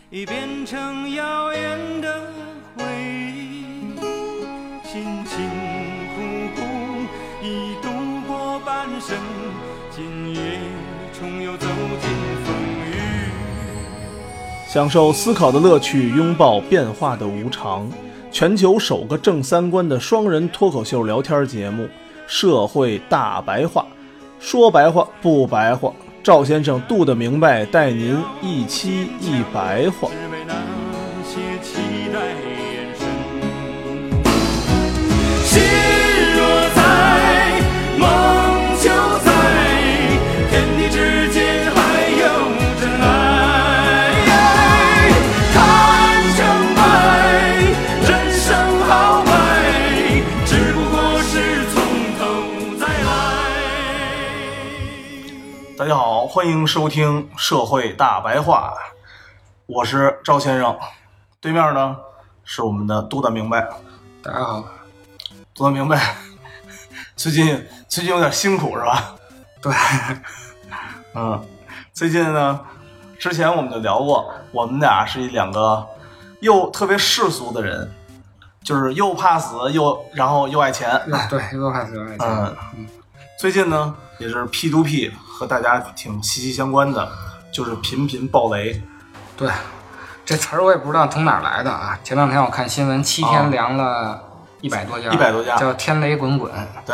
已变成遥远的回忆，辛辛苦苦已度过半生，今夜重又走进风雨。 享受思考的乐趣，拥抱变化的无常。全球首个正三观的双人脱口秀聊天节目《社会大白话》，说白话不白话，赵先生度得明白，带您一期一白话。 只为那些期待眼神，心若在，梦就在，天地之间还有真爱。看成败，人生豪迈，只不过是从头再来。 大家好，欢迎收听《社会大白话》，我是赵先生，对面呢是我们的度得明白。 大家好。 度得明白，最近有点辛苦是吧？ 对， 最近呢，之前我们就聊过，我们俩是两个又特别世俗的人，就是又怕死然后又爱钱。 对，又怕死又爱钱。 最近呢，也是 P2P 和大家挺息息相关的，就是频频爆雷。 对，这词儿我也不知道从哪儿来的啊。前两天我看新闻，7天凉了100多家，叫天雷滚滚。 对，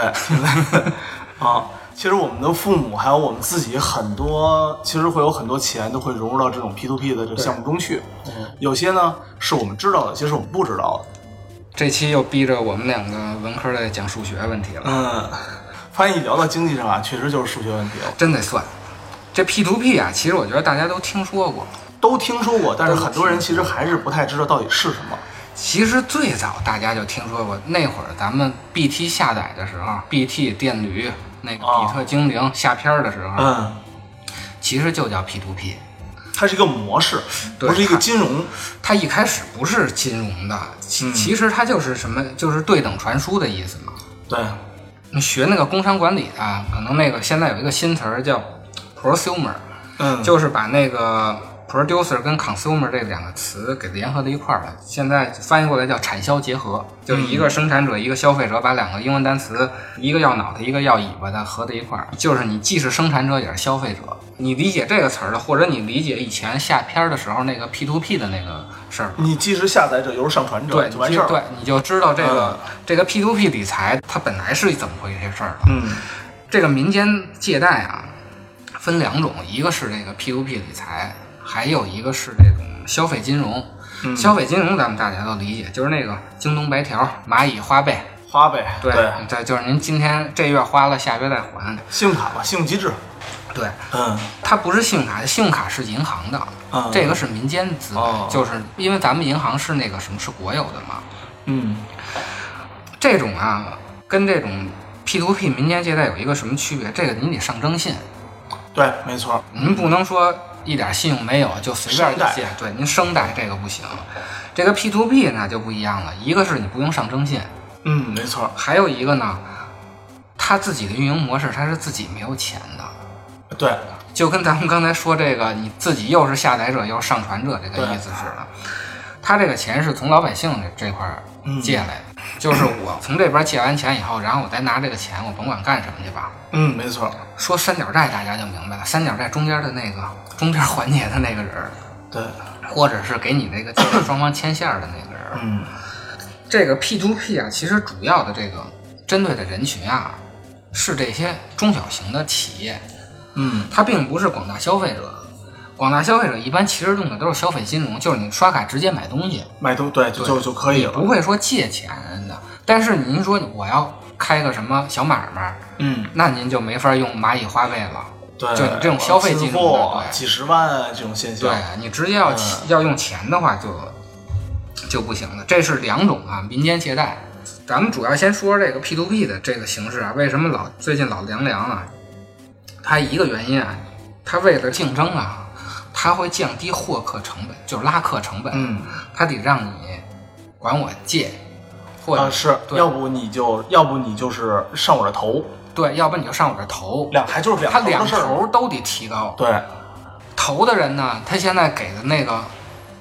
其实我们的父母还有我们自己很多，其实会有很多钱都会融入到这种 P2P 的这个项目中去。有些呢是我们知道的，其实我们不知道的。 这期又逼着我们两个文科的讲数学问题了。 发现一聊到经济上啊，确实就是数学问题了。 真得算。这 P2P 啊，其实我觉得大家都听说过， 但是很多人其实还是不太知道到底是什么。 其实最早大家就听说过，那会儿咱们 BT 下载的时候 ，BT 电驴那个比特精灵下片的时候，其实就叫 P2P， 它是一个模式，不是一个金融。 它一开始不是金融的，其实它就是什么，就是对等传输的意思嘛。 对， 你学那个工商管理的，可能那个现在有一个新词儿叫 prosumer，就是把那个producer 跟 consumer 这两个词给联合在一块儿了，现在翻译过来叫产销结合，就是一个生产者一个消费者把两个英文单词，一个要脑袋一个要尾巴的合在一块儿，就是你既是生产者也是消费者。你理解这个词儿的，或者你理解以前下片的时候那个 P2P 的那个事儿， 你既是下载者又是上传者， 对， 就完事儿了。 对，你就知道这个 P2P 理财它本来是怎么回事儿了。这个民间借贷啊分两种，一个是这个 P2P 理财，还有一个是这种消费金融。消费金融咱们大家都理解，就是那个京东白条、蚂蚁花呗。对，就是您今天这月花了，下月再还。 信用卡吧，信用机制。 对，它不是信用卡，信用卡是银行的，这个是民间资本，就是因为咱们银行是那个什么是国有的嘛。这种啊，跟这种 P2P 民间借贷有一个什么区别？这个你得上征信。 对，没错。 您不能说一点信用没有就随便借，对，您生贷这个不行。这个 P2P 呢就不一样了，一个是你不用上征信， 没错。 还有一个呢，它自己的运营模式，它是自己没有钱的。 对， 就跟咱们刚才说这个，你自己又是下载者又是上传者这个意思似的。他这个钱是从老百姓这块借来的，就是我从这边借完钱以后，然后我再拿这个钱，我甭管干什么去吧。 没错。 说三角债大家就明白了，三角债中间的那个中间环节的那个人， 对， 或者是给你这个借贷双方牵线的那个人。这个 P2P 啊，其实主要的这个针对的人群啊，是这些中小型的企业。它并不是广大消费者。广大消费者一般其实用的都是消费金融，就是你刷卡直接买东西， 对，就可以了， 你不会说借钱的。但是您说我要开个什么小买卖，那您就没法用蚂蚁花呗了。 对， 就你这种消费金融的， 几十万这种现象， 对，你直接要用钱的话就不行了。这是两种啊，民间借贷。咱们主要先说这个 P2P 的这个形式啊，为什么最近老凉啊？它一个原因啊，它为了竞争啊，它会降低获客成本，就是拉客成本。它得让你管我借，或者是，要不你就是上我的头。 对，要不你就上我这头。 他两头都得提高。 对， 头的人呢，他现在给的那个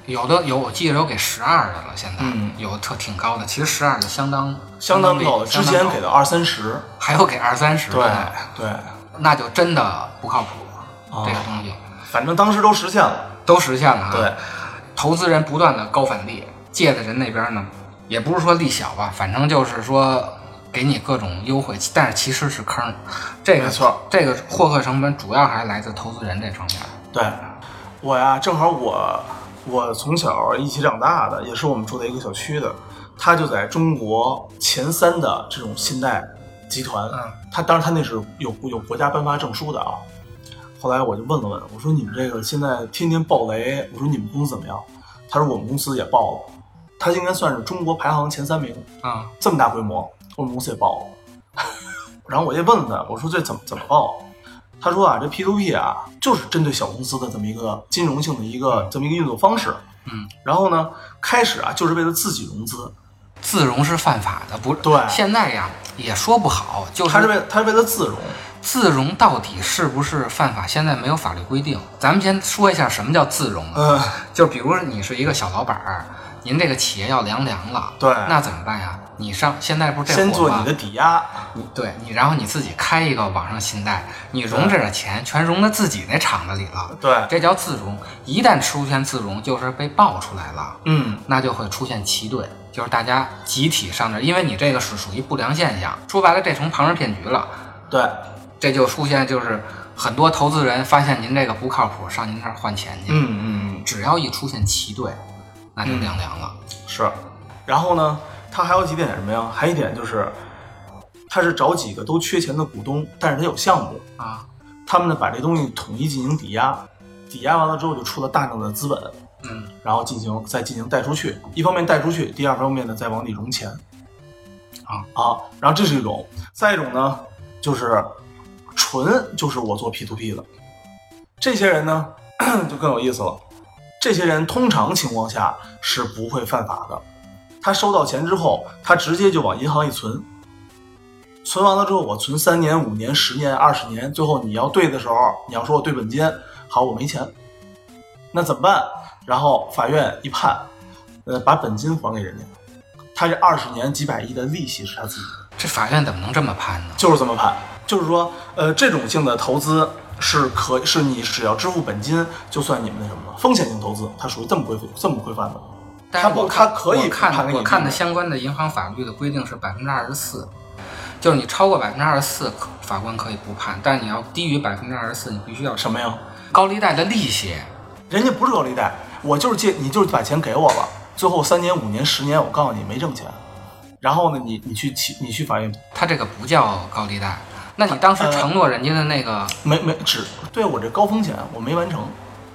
有的我记得有给12的了，现在有挺高的，其实12的相当高的，之前给的20-30， 还有给20-30的， 对， 那就真的不靠谱，这个东西。 反正当时都实现了啊。 对， 投资人不断的高返利，借的人那边呢，也不是说利小吧，反正就是说给你各种优惠，但是其实是坑。这个没错， 这个获客成本主要还来自投资人这方面。 对，我呀，正好我从小一起长大的，也是我们住在一个小区的，他就在中国前3的这种信贷集团。当然他那是有国家颁发证书的啊。后来我就问了问，我说你们这个现在天天爆雷，我说你们公司怎么样？他说我们公司也爆了，他应该算是中国排行前3名啊，这么大规模，我们公司也爆了。然后我也问了他，我说这怎么爆？他说啊，这 P2P 啊，就是针对小公司的这么一个金融性的这么一个运作方式。然后呢，开始啊，就是为了自己融资， 自融是犯法的，不对。 现在呀，也说不好，就是他是为了自融。 自融到底是不是犯法？现在没有法律规定。咱们先说一下什么叫自融。就比如你是一个小老板，您这个企业要凉了， 对， 那怎么办呀？你现在不是这先做你的抵押， 然后你自己开一个网上信贷，你融这点钱全融到自己那厂子里了， 对， 这叫自融。一旦出现自融，就是被爆出来了，那就会出现齐兑，就是大家集体上这，因为你这个是属于不良现象，说白了这成庞氏骗局了， 对， 这就出现就是很多投资人发现您这个不靠谱，上您这儿换钱去，只要一出现齐兑，那就凉了。 是，然后呢？他还有几点什么呀？还有一点就是，他是找几个都缺钱的股东，但是他有项目啊，他们呢把这东西统一进行抵押，抵押完了之后就出了大量的资本，然后再进行贷出去，一方面贷出去，第二方面呢再往里融钱，然后这是一种，再一种呢就是就是我做 P2P 的，这些人呢就更有意思了，这些人通常情况下是不会犯法的。他收到钱之后，他直接就往银行一存，存完了之后，我存3年、5年、10年、20年，最后你要对的时候，你要说我对本金，好，我没钱，那怎么办？然后法院一判，把本金还给人家，他这20年几百亿的利息是他自己的。 这法院怎么能这么判呢？ 就是这么判，就是说，这种性的投资是你只要支付本金，就算你们那什么了，风险性投资，它属于这么规范的。他可以我看的相关的银行法律的规定是24%，就是你超过24%，法官可以不判，但你要低于24%，你必须要什么呀？ 高利贷的利息。 人家不是高利贷，我就是你就是把钱给我了，最后3年、5年、10年，我告诉你没挣钱，然后呢，你去法院， 他这个不叫高利贷。那你当时承诺人家的那个对我这高风险我没完成。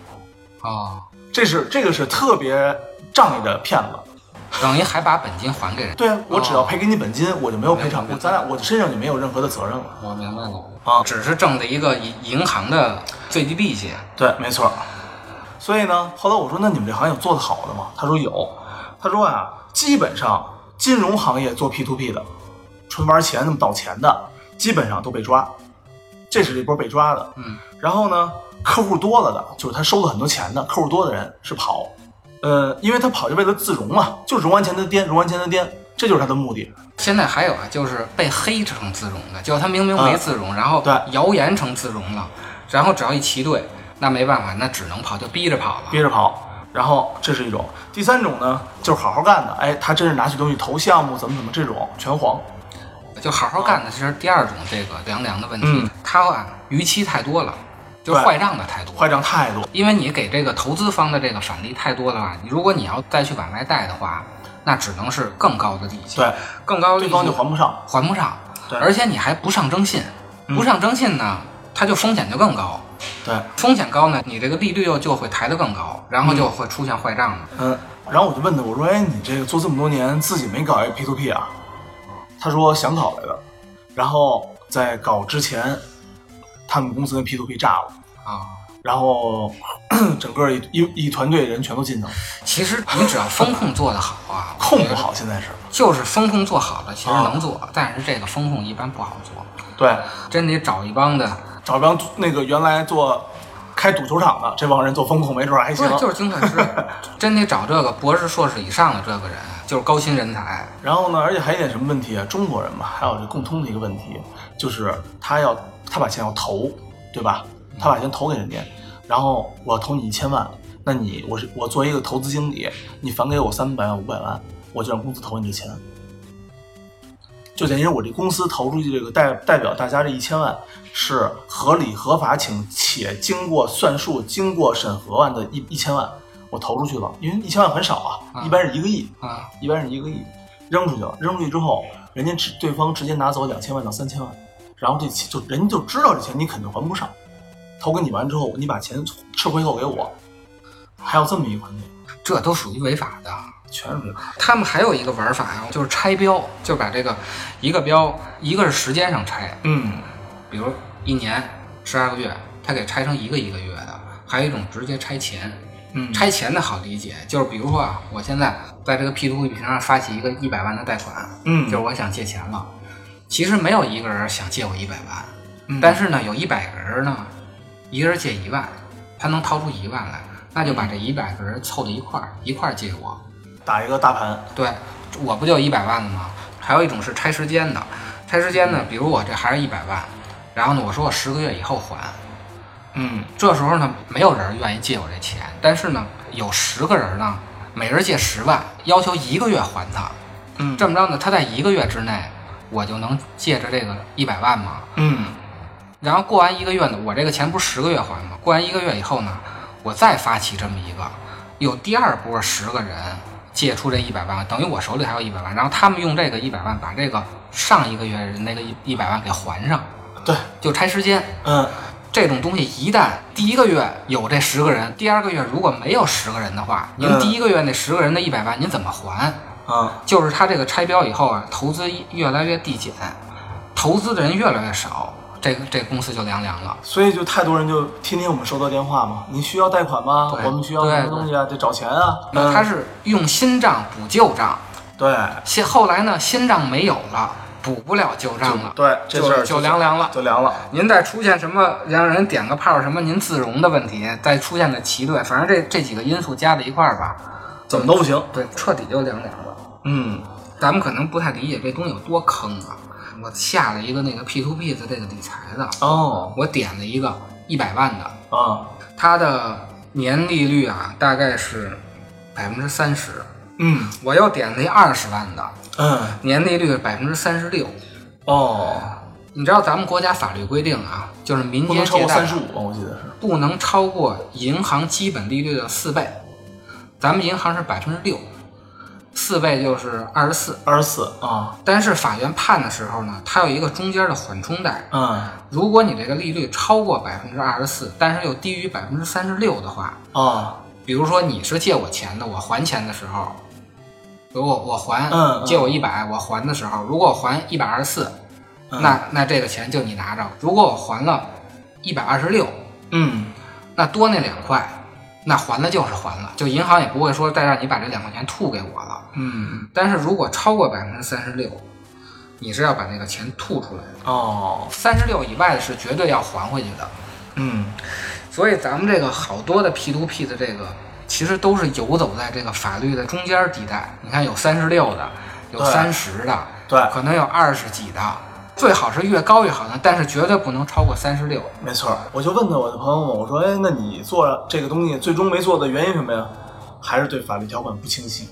这个是特别仗义的骗子， 等于还把本金还给人。 对啊，我只要赔给你本金，我就没有赔偿，我身上就没有任何的责任了。 我明白了只是挣的一个银行的最低利息。 对，没错。所以呢，后来我说那你们这行业有做得好的吗？他说有。他说啊，基本上金融行业做 P2P 的，纯玩钱那么倒钱的，基本上都被抓。这是一波被抓的。然后呢，客户多了的，就是他收了很多钱的，客户多的人是跑。因为他跑就为了自融嘛，就是融完钱的颠，这就是他的目的。 现在还有啊，就是被黑成自融的，就是他明明没自融，然后谣言成自融了，然后只要一齐兑，那没办法，那只能跑，就逼着跑了。然后这是一种。第3种呢，就是好好干的，他真是拿起东西投项目，怎么这种全黄。就好好干的，其实第2种这个凉的问题，他逾期太多了。就是坏账的太多，因为你给这个投资方的这个返利太多的话，如果你要再去往外贷的话，那只能是更高的利息， 对， 更高的利息对方就还不上， 对，而且你还不上征信，不上征信呢，它就风险就更高， 对， 风险高呢，你这个利率就会抬得更高，然后就会出现坏账了。然后我就问他，我说，你这个做这么多年，自己没搞一 P2P 啊？他说想搞来的，然后在搞之前，他们公司的 P2P 炸了。然后整个一团队人全都进去了。 其实你只要风控做得好啊， 控不好现在就是风控做好了，其实能做，但是这个风控一般不好做。 对， 真得找一帮那个原来做开赌球场的这帮人做风控没准还行。 对，就是精算师，真得找这个博士、硕士以上的这个人，就是高薪人才。 然后呢，而且还有一点什么问题啊？中国人嘛，还有这共通的一个问题，就是他把钱要投，对吧？他把钱投给人家，然后我投你1000万，那我作为一个投资经理，你返给我300万、500万，我就让公司投你这钱。就等于我这公司投出去这个代表大家这1000万是合理合法且经过算数、经过审核完的1000万，我投出去了，因为1000万很少啊，一般是1个亿啊，一般是1个亿，扔出去了，扔出去之后，对方直接拿走2000万到3000万，然后这钱人家就知道这钱你肯定还不上，投给你完之后，你把钱吃回头给我，还有这么一个环节， 这都属于违法的。 全是违法。 他们还有一个玩法啊，就是拆标，就把这个一个标，一个是时间上拆，比如1年12个月，他给拆成一个一个月的；还有一种直接拆钱，拆钱的好理解，就是比如说啊，我现在在这个 P2P 平台上发起一个100万的贷款，就是我想借钱了，其实没有一个人想借我100万，但是呢，有100个人呢，一个人借1万，他能掏出1万来，那就把这100个人凑到一块借我。 打一个大盘， 对，我不就100万了吗？还有一种是拆时间的，拆时间呢，比如我这还是100万，然后呢，我说我10个月以后还，这时候呢，没有人愿意借我这钱，但是呢，有10个人呢，每人借10万，要求1个月还他，这么着呢，他在1个月之内，我就能借着这个100万嘛，然后过完1个月呢，我这个钱不是10个月还吗？过完1个月以后呢，我再发起这么一个，有第二波10个人。借出这100万，等于我手里还有100万，然后他们用这个100万把这个上一个月人那个100万给还上， 对， 就拆时间。这种东西一旦第一个月有这10个人，第二个月如果没有10个人的话，您第一个月那10个人的100万您怎么还？就是他这个拆标以后啊，投资越来越递减，投资的人越来越少。这个公司就凉凉了， 所以就太多人就天天我们收到电话嘛，你需要贷款吗？我们需要什么东西啊？得找钱啊。 他是用新账补旧账， 对。 后来呢，新账没有了，补不了旧账了， 对，这事儿就凉了， 就凉了。 您再出现什么让人点个炮什么您自容的问题，再出现的齐对，反正这几个因素加在一块儿吧， 怎么都不行。 对，彻底就凉了。咱们可能不太理解这东西有多坑啊。我下了一个那个 P2P 的这个理财的我点了一个100万的它的年利率啊大概是30%，我又点了一20万的，年利率36%。你知道咱们国家法律规定啊，就是民间借贷不能超过35%，我记得是不能超过银行基本利率的4倍，咱们银行是6%，4倍就是24 啊。 但是法院判的时候呢，它有一个中间的缓冲带。如果你这个利率超过24%，但是又低于36%的话，比如说你是借我钱的，我还钱的时候，如果我还借我100，我还的时候，如果我还124，那这个钱就你拿着。如果我还了126，那多那2块。那还了就是还了，就银行也不会说再让你把这2块钱吐给我了。但是如果超过36%，你是要把那个钱吐出来的。36以外的是绝对要还回去的。所以咱们这个好多的 P2P 的这个，其实都是游走在这个法律的中间地带。你看有36的，有30的， 对， 可能有20几的。最好是越高越好呢，但是绝对不能超过36。 没错，我就问我的朋友们，我说，那你做这个东西最终没做的原因什么呀？还是对法律条款不清晰。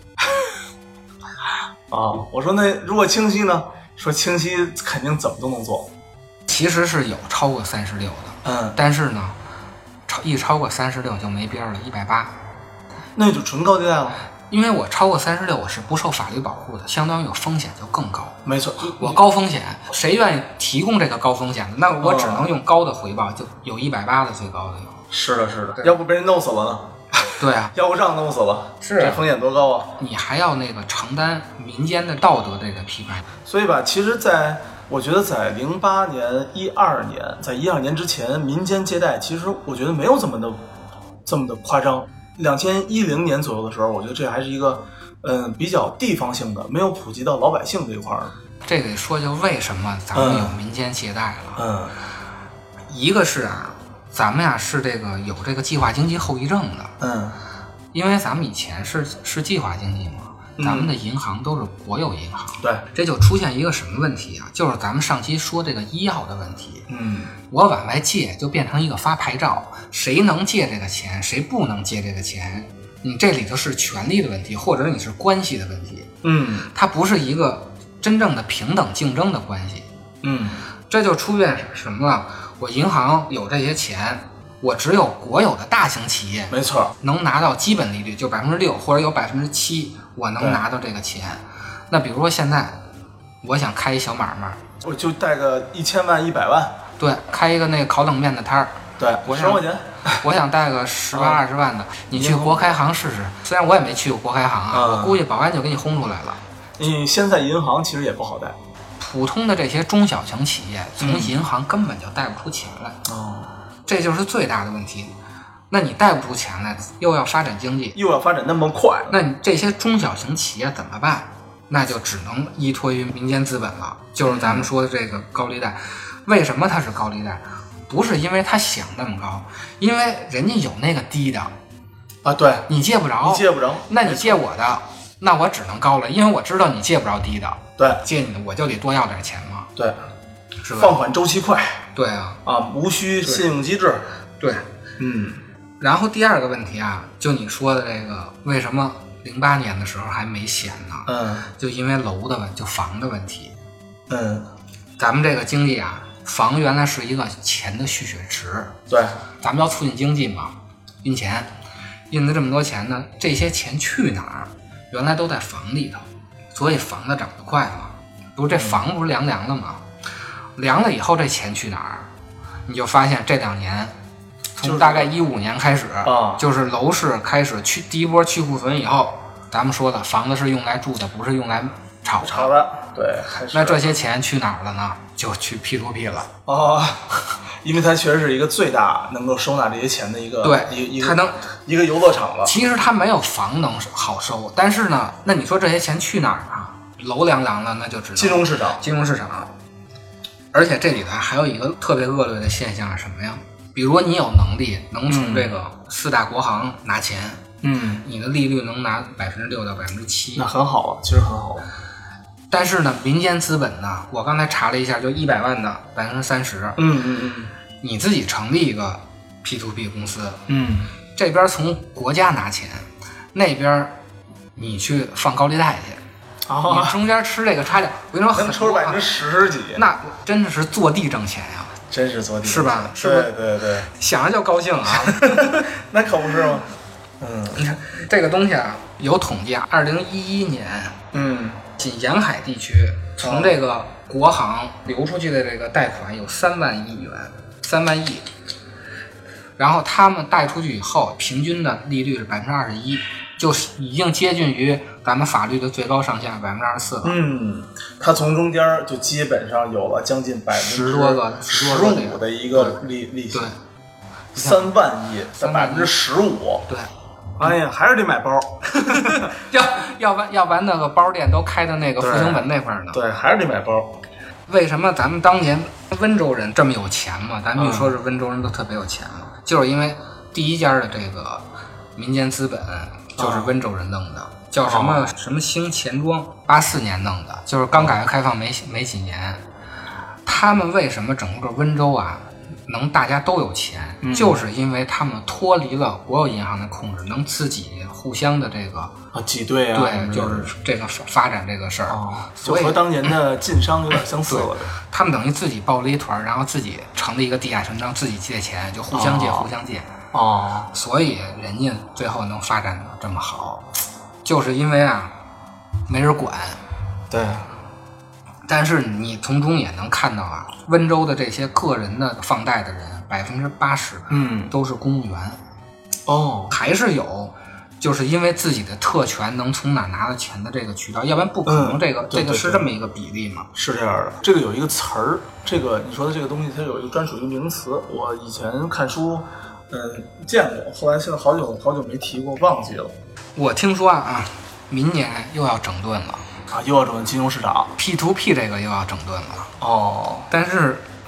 我说那如果清晰呢？说清晰肯定怎么都能做。 其实是有超过36的，但是呢，一超过36就没边了，180。 那就纯高利贷了。 因为我超过36，我是不受法律保护的，相当于有风险就更高。 没错， 我高风险，谁愿意提供这个高风险的？那我只能用高的回报，就有180的最高的有。 是的，要不被人弄死了呢？ 对啊， 要不账弄死了，这风险多高啊！ 你还要那个承担民间的道德这个批判。 所以吧，其实我觉得在08年、12年，在12年之前，民间借贷其实我觉得没有这么的夸张。2010年左右的时候，我觉得这还是一个比较地方性的，没有普及到老百姓这一块儿。 这得说就为什么咱们有民间借贷了。一个是咱们呀是这个有这个计划经济后遗症的。 因为咱们以前是计划经济嘛，咱们的银行都是国有银行。 对， 这就出现一个什么问题啊？就是咱们上期说这个医药的问题。我往外借就变成一个发牌照，谁能借这个钱，谁不能借这个钱，你这里头是权利的问题，或者你是关系的问题。它不是一个真正的平等竞争的关系。这就出现什么了？我银行有这些钱，我只有国有的大型企业， 没错， 能拿到基本利率，就6%或者有7%，我能拿到这个钱。那比如说现在，我想开一小买卖， 我就贷个1000万、100万， 对，开一个那个烤冷面的摊儿， 对，10块钱， 我想贷个10万、20万的，你去国开行试试。虽然我也没去过国开行啊，我估计保安就给你轰出来了。 你现在银行其实也不好贷。 普通的这些中小型企业从银行根本就贷不出钱来，这就是最大的问题。那你贷不出钱来，又要发展经济， 又要发展那么快， 那你这些中小型企业怎么办？那就只能依托于民间资本了，就是咱们说的这个高利贷。为什么它是高利贷？不是因为他想那么高，因为人家有那个低的啊，对， 你借不着，那你借我的，那我只能高了，因为我知道你借不着低的。 对， 借你的我就得多要点钱嘛。 对， 是吧？ 放款周期快。 对啊， 无需信用机制。 对，然后第二个问题啊，就你说的这个，为什么08年的时候还没险呢？就因为就房的问题。咱们这个经济啊，房原来是一个钱的蓄水池。 对， 咱们要促进经济嘛，印钱，印的这么多钱呢，这些钱去哪儿？原来都在房里头。所以房子涨得快嘛，不是这房不是凉了吗？凉了以后这钱去哪儿？你就发现这2年，从大概15年开始，就是楼市开始第一波去库存以后，咱们说的房子是用来住的，不是用来炒的。对， 那这些钱去哪儿了呢？就去 P2P 了。 因为它确实是一个最大能够收纳这些钱的一个， 对，它能一个游乐场了。 其实它没有房能好收，但是呢，那你说这些钱去哪儿呢？楼凉了，那就只能金融市场。 而且这里头还有一个特别恶劣的现象是什么呀？比如你有能力能从这个4大国行拿钱，你的利率能拿6%到7%， 那很好啊，其实很好。 但是呢，民间资本呢，我刚才查了一下，就100万的30%。你自己成立一个 P2P 公司，这边从国家拿钱，那边你去放高利贷去，你中间吃这个差价，我跟你说， 能抽10%几， 那真的是坐地挣钱呀， 真是坐地挣钱， 是吧？ 对， 想着就高兴啊， 那可不是吗？ 你看这个东西啊，有统计啊，2011年，仅沿海地区从这个国行流出去的这个贷款有3万亿元，3万亿。然后他们贷出去以后，平均的利率是21%，就是已经接近于咱们法律的最高上限24%了。 它从中间就基本上有了将近 10多个 15%的一个利息。对，3万亿在15%。 对。 哎呀，还是得买包， 要不然那个包店都开到那个复兴门那块呢。 对，还是得买包。 为什么咱们当年温州人这么有钱嘛？咱们一说是温州人都特别有钱嘛，就是因为第一家的这个民间资本就是温州人弄的，叫什么兴钱庄，84年弄的，就是刚改革开放没几年。他们为什么整个温州啊能大家都有钱，就是因为他们脱离了国有银行的控制，能自己互相的这个挤兑啊， 对，就是这个发展这个事儿， 就和当年的晋商有点相似了。 他们等于自己抱了一团，然后自己成立一个地下钱庄，自己借钱，就互相借。所以人家最后能发展的这么好，就是因为啊没人管。 对。 但是你从中也能看到啊，温州的这些个人的放贷的人，80%都是公务员。还是有，就是因为自己的特权能从哪拿到钱的这个渠道，要不然不可能这个是这么一个比例嘛。 是这样的，这个有一个词儿，这个你说的这个东西它有一个专属的名词，我以前看书见过，后来现在好久没提过，忘记了。 我听说啊，明年又要整顿了。 又要整顿金融市场 ，P2P 这个又要整顿了。 哦， 但是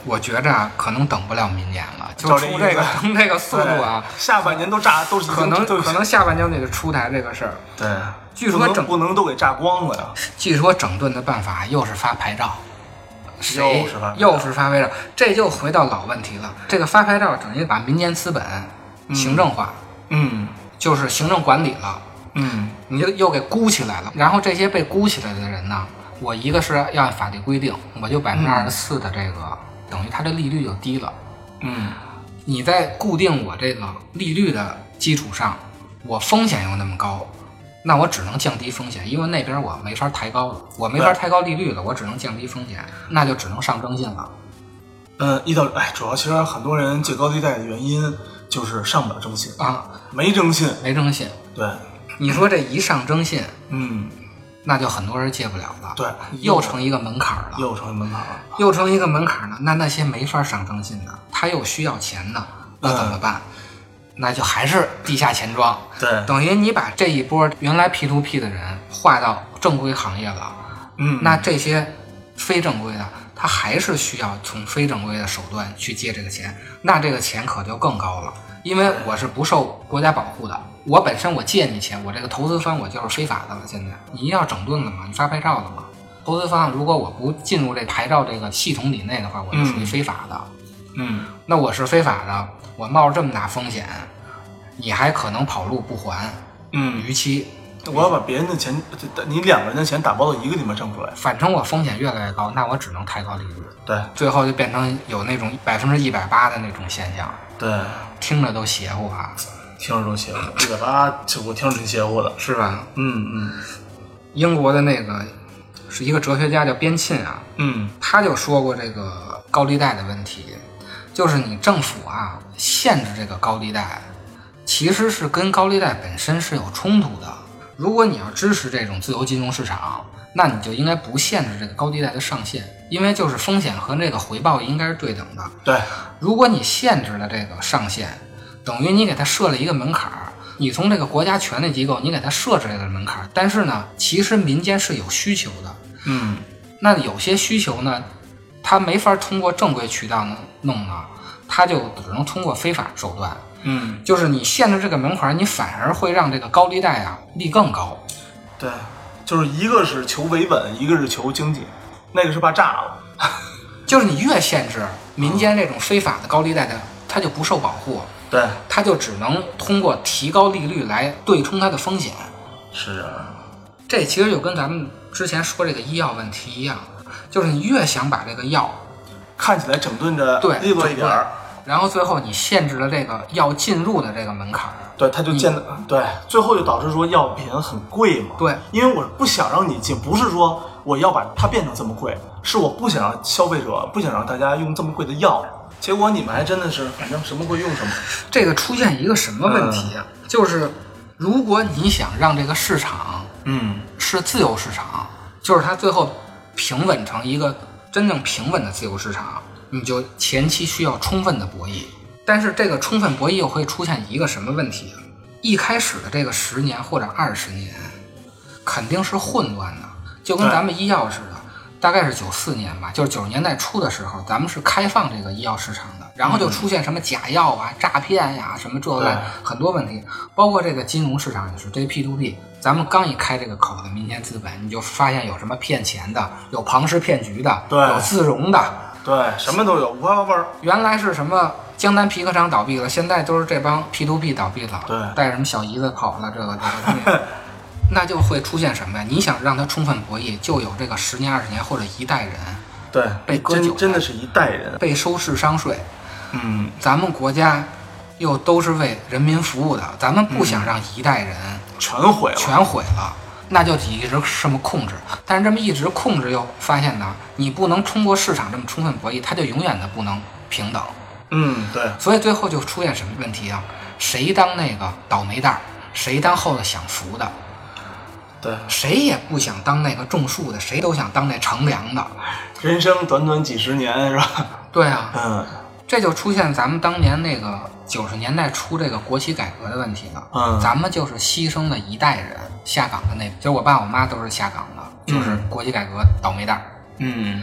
我觉着啊，可能等不了明年了，就出这个速度啊， 下半年都炸，都是可能下半年就得出台这个事儿。 对， 据说不能都给炸光了呀。 据说整顿的办法又是发牌照， 又是发牌照，这就回到老问题了。这个发牌照等于把民间资本行政化，就是行政管理了，你就又给箍起来了。然后这些被箍起来的人呢，我一个是要按法律规定，我就24%的这个，等于它这利率就低了。你在固定我这个利率的基础上，我风险又那么高，那我只能降低风险，因为那边我没法抬高了，我没法抬高利率了，我只能降低风险，那就只能上征信了。 主要其实很多人借高利贷的原因就是上不了征信啊， 没征信。对， 你说这一上征信，那就很多人借不了了。 对， 又成一个门槛了。 又成一个门槛了。那些没法上征信的，他又需要钱呢，那怎么办？那就还是地下钱庄。 对， 等于你把这一波原来 P2P 的人划到正规行业了。那这些非正规的，他还是需要从非正规的手段去借这个钱，那这个钱可就更高了。因为我是不受国家保护的，我本身我借你钱，我这个投资方我就是非法的了。现在你要整顿了嘛，你发牌照了嘛，投资方如果我不进入这牌照这个系统以内的话，我就属于非法的。那我是非法的，我冒着这么大风险，你还可能跑路不还，逾期。 我要把别人的钱，你2个人的钱打包到一个地方挣出来， 反正我风险越来越高，那我只能抬高利率。 对， 最后就变成有那种180%的那种现象。 对， 听着都邪乎啊！ 听着都邪乎，180%，我听着挺邪乎的， 是吧？英国的那个是一个哲学家叫边沁啊，他就说过这个高利贷的问题，就是你政府啊限制这个高利贷，其实是跟高利贷本身是有冲突的。如果你要支持这种自由金融市场，那你就应该不限制这个高利贷的上限，因为就是风险和这个回报应该是对等的。 对， 如果你限制了这个上限，等于你给它设了一个门槛，你从这个国家权力机构你给它设置了一个门槛，但是呢，其实民间是有需求的。那有些需求呢，它没法通过正规渠道弄呢，它就只能通过非法手段。就是你限制这个门槛，你反而会让这个高利贷啊利更高。 对，就是一个是求维稳，一个是求经济，那个是怕炸了。 就是你越限制民间这种非法的高利贷的，它就不受保护。 对， 它就只能通过提高利率来对冲它的风险。 是啊， 这其实就跟咱们之前说这个医药问题一样，就是你越想把这个药看起来整顿着利落一点， 然后最后你限制了这个药进入的这个门槛， 对，它就对，最后就导致说药品很贵嘛。 对， 因为我不想让你进，不是说我要把它变成这么贵，是我不想让消费者，不想让大家用这么贵的药，结果你们还真的是反正什么贵用什么。 这个出现一个什么问题啊？就是如果你想让这个市场是自由市场，就是它最后平稳成一个真正平稳的自由市场，你就前期需要充分的博弈。但是这个充分博弈又会出现一个什么问题？一开始的这个10年或者20年肯定是混乱的，就跟咱们医药似的，大概是94年吧，就是90年代初的时候，咱们是开放这个医药市场的，然后就出现什么假药啊、诈骗呀、什么这个很多问题，包括这个金融市场也是，这 P2P， 咱们刚一开这个口的民间资本，你就发现有什么骗钱的，有庞氏骗局的，有自融的， 对，什么都有，五花八门。 原来是什么江南皮革厂倒闭了，现在都是这帮 P2P 倒闭了， 对， 带什么小姨子跑了，这个那就会出现什么呀？你想让它充分博弈，就有这个10年、20年或者一代人， 对， 被割韭菜， 真的是一代人被收智商税。咱们国家又都是为人民服务的，咱们不想让一代人全毁了， 那就一直这么控制。但是这么一直控制，又发现呢，你不能通过市场这么充分博弈，它就永远的不能平等。 对。 所以最后就出现什么问题啊？谁当那个倒霉蛋，谁当后头享福的。 对， 谁也不想当那个种树的，谁都想当那乘凉的。 人生短短几十年，是吧？ 对啊，这就出现咱们当年那个90年代初这个国企改革的问题了。咱们就是牺牲了一代人下岗的那，就是我爸我妈都是下岗的，就是国企改革倒霉蛋。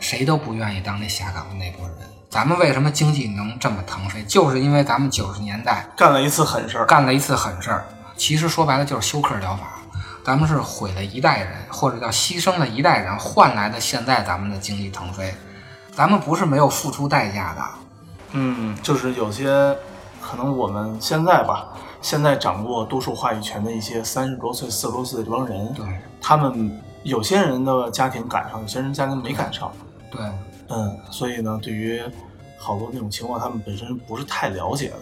谁都不愿意当那下岗的那波人。咱们为什么经济能这么腾飞，就是因为咱们90年代干了一次狠事儿。 其实说白了就是休克疗法，咱们是毁了一代人，或者叫牺牲了一代人，换来的现在咱们的经济腾飞。咱们不是没有付出代价的。 就是有些可能我们现在掌握多数话语权的一些30多岁、40多岁的这帮人， 对， 他们有些人的家庭赶上，有些人家庭没赶上。 对， 所以呢，对于好多那种情况，他们本身不是太了解的。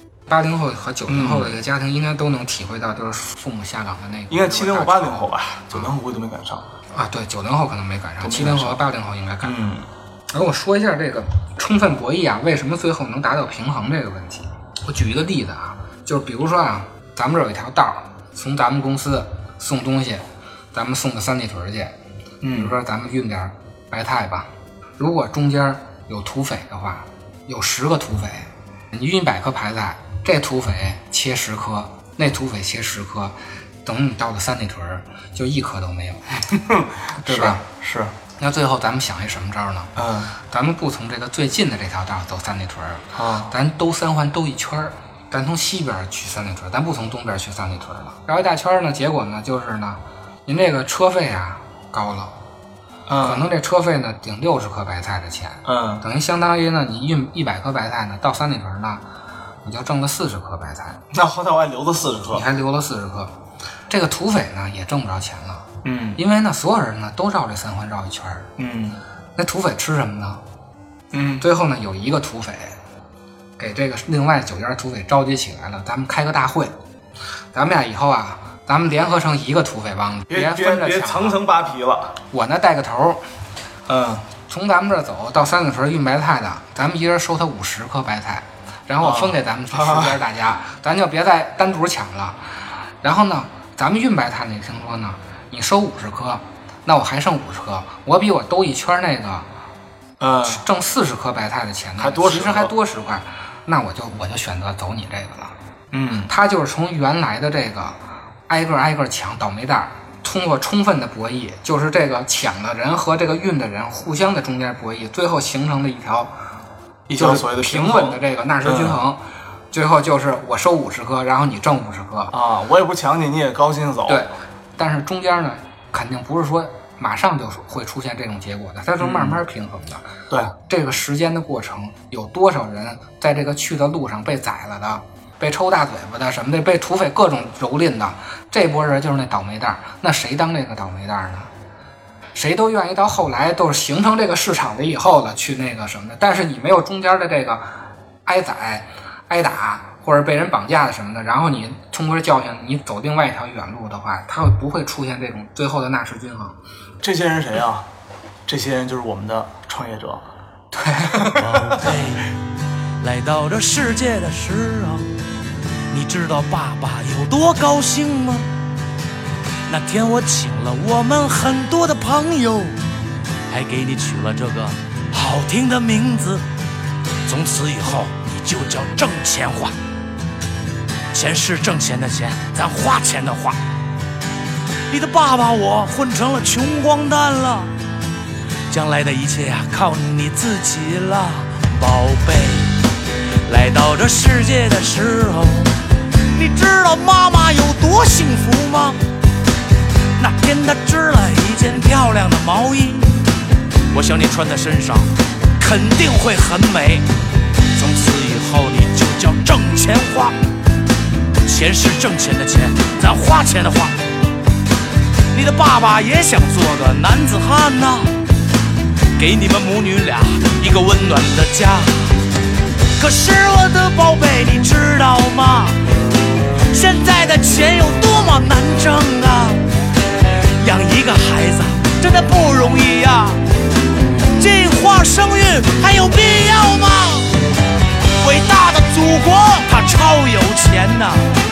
80后和90后的一个家庭应该都能体会到，就是父母下岗的那个。 应该70后、80后吧，90后估计都没赶上啊。对，90后可能没赶上，70后和80后应该赶上。而我说一下这个充分博弈啊，为什么最后能达到平衡这个问题？我举一个例子啊，就是比如说啊，咱们这有一条道，从咱们公司送东西，咱们送到三里屯去。比如说咱们运点白菜吧，如果中间有土匪的话，有10个土匪，你运100颗白菜，这土匪切10颗，那土匪切10颗，等你到了三里屯就1颗都没有，对吧？ 是。 那最后咱们想一什么招呢？咱们不从这个最近的这条道走三里屯咱兜3环兜一圈，咱从西边去三里屯，咱不从东边去三里屯了，绕一大圈呢，结果呢就是呢，您这个车费啊高了，可能这车费呢顶60颗白菜的钱，等于相当于呢你运100颗白菜呢到三里屯呢，你就挣了40颗白菜， 那好歹我还留了40颗， 你还留了40颗，这个土匪呢也挣不着钱了。因为呢，所有人呢都绕这3环绕一圈。那土匪吃什么呢？最后呢，有一个土匪给这个另外9家土匪召集起来了，咱们开个大会，咱们俩以后啊，咱们联合成一个土匪帮，别分着抢， 别层层扒皮了。 我呢带个头，从咱们这儿走到三里屯运白菜的，咱们一人收他50颗白菜，然后我分给咱们10家大家，咱就别再单独抢了。然后呢，咱们运白菜那听说呢。你收50颗，那我还剩50颗，我比我兜一圈那个，挣40颗白菜的钱呢，其实还多10块，那我就选择走你这个了。他就是从原来的这个挨个抢倒霉蛋，通过充分的博弈，就是这个抢的人和这个运的人互相的中间博弈，最后形成的一条所谓的平稳的这个纳什均衡。最后就是我收50颗，然后你挣50颗啊，我也不抢你，你也高兴走。 对。但是中间呢，肯定不是说马上就会出现这种结果的，它是慢慢平衡的。 对， 这个时间的过程，有多少人在这个去的路上被宰了的，被抽大嘴巴的什么的，被土匪各种蹂躏的，这波人就是那倒霉蛋。那谁当这个倒霉蛋呢？谁都愿意到后来都是形成这个市场的以后了去那个什么的，但是你没有中间的这个挨宰、挨打。或者被人绑架的什么的，然后你通过教训，你走另外一条远路的话，它不会出现这种最后的纳什均衡。 这些人谁啊？这些人就是我们的创业者。 对。 宝贝，来到这世界的时候，你知道爸爸有多高兴吗？那天我请了我们很多的朋友，还给你取了这个好听的名字，从此以后你就叫挣钱花。钱是挣钱的钱，咱花钱的花。你的爸爸我混成了穷光蛋了，将来的一切呀，靠你自己了，宝贝。来到这世界的时候，你知道妈妈有多幸福吗？那天她织了一件漂亮的毛衣，我想你穿在身上肯定会很美。从此以后你就叫挣钱花。钱是挣钱的钱，咱花钱的花。你的爸爸也想做个男子汉呐，给你们母女俩一个温暖的家。可是我的宝贝，你知道吗？现在的钱有多么难挣啊！养一个孩子真的不容易呀，计划生育还有必要吗？伟大的祖国它超有钱呐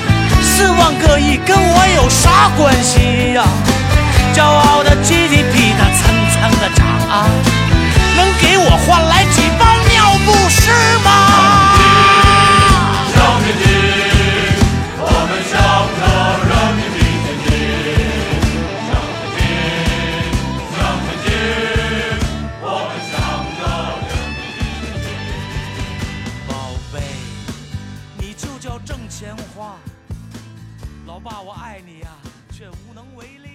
，4万个亿跟我有啥关系呀？骄傲的 GDP 它蹭蹭的涨啊，能给我换来几包尿不是吗？小面筋，我们向着人民币前进。小面筋，我们话。老爸，我爱你呀，却无能为力。